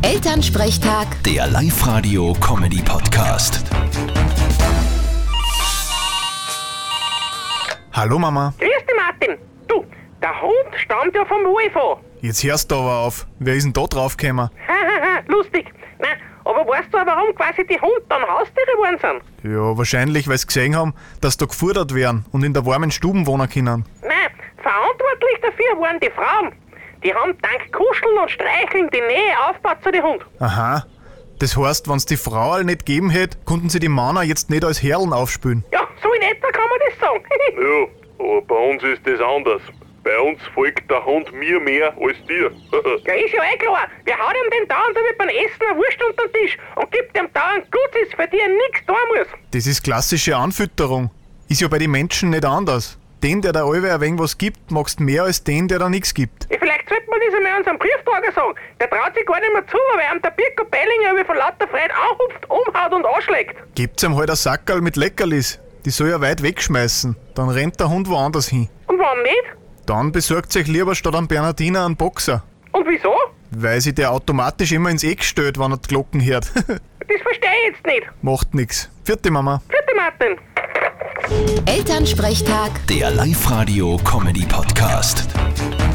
Elternsprechtag, Der Live-Radio-Comedy-Podcast. Hallo Mama. Grüß dich, Martin. Du, der Hund stammt ja vom Wolf an. Jetzt hörst du aber auf. Wer ist denn da draufgekommen? Lustig. Nein, aber weißt du auch, warum quasi die Hunde dann Haustiere geworden sind? Ja, wahrscheinlich, weil sie gesehen haben, dass da gefordert werden und in der warmen Stuben wohnen können. Nein, verantwortlich dafür waren die Frauen. Die haben dank Kuscheln und Streicheln die Nähe aufgebaut zu den Hunden. Aha. Das heißt, wenn es die Frau nicht gegeben hätte, konnten sie die Männer jetzt nicht als Herren aufspülen. Ja, so in etwa kann man das sagen. Ja, aber bei uns ist das anders. Bei uns folgt der Hund mir mehr als dir. Ja, ist ja eh klar. Wir hauen ihm den dauernd beim Essen eine Wurst unter den Tisch und gibt ihm dauernd Gutes, für die er nichts tun muss. Das ist klassische Anfütterung. Ist ja bei den Menschen nicht anders. Den, der da allweil ein wenig was gibt, magst mehr als den, der da nichts gibt. Ja, vielleicht sollte man das einmal unserem Briefträger sagen. Der traut sich gar nicht mehr zu, weil ihm der Birko Bellinger wie von lauter Freude anhupft, umhaut und anschlägt. Gebt's ihm halt ein Sackerl mit Leckerlis. Die soll er weit wegschmeißen. Dann rennt der Hund woanders hin. Und wann nicht? Dann besorgt euch lieber statt einem Bernardiner einen Boxer. Und wieso? Weil sich der automatisch immer ins Eck stellt, wenn er die Glocken hört. Das verstehe ich jetzt nicht. Macht nix. Vierte Mama. Vierte Martin. Elternsprechtag. Der Live-Radio-Comedy-Podcast.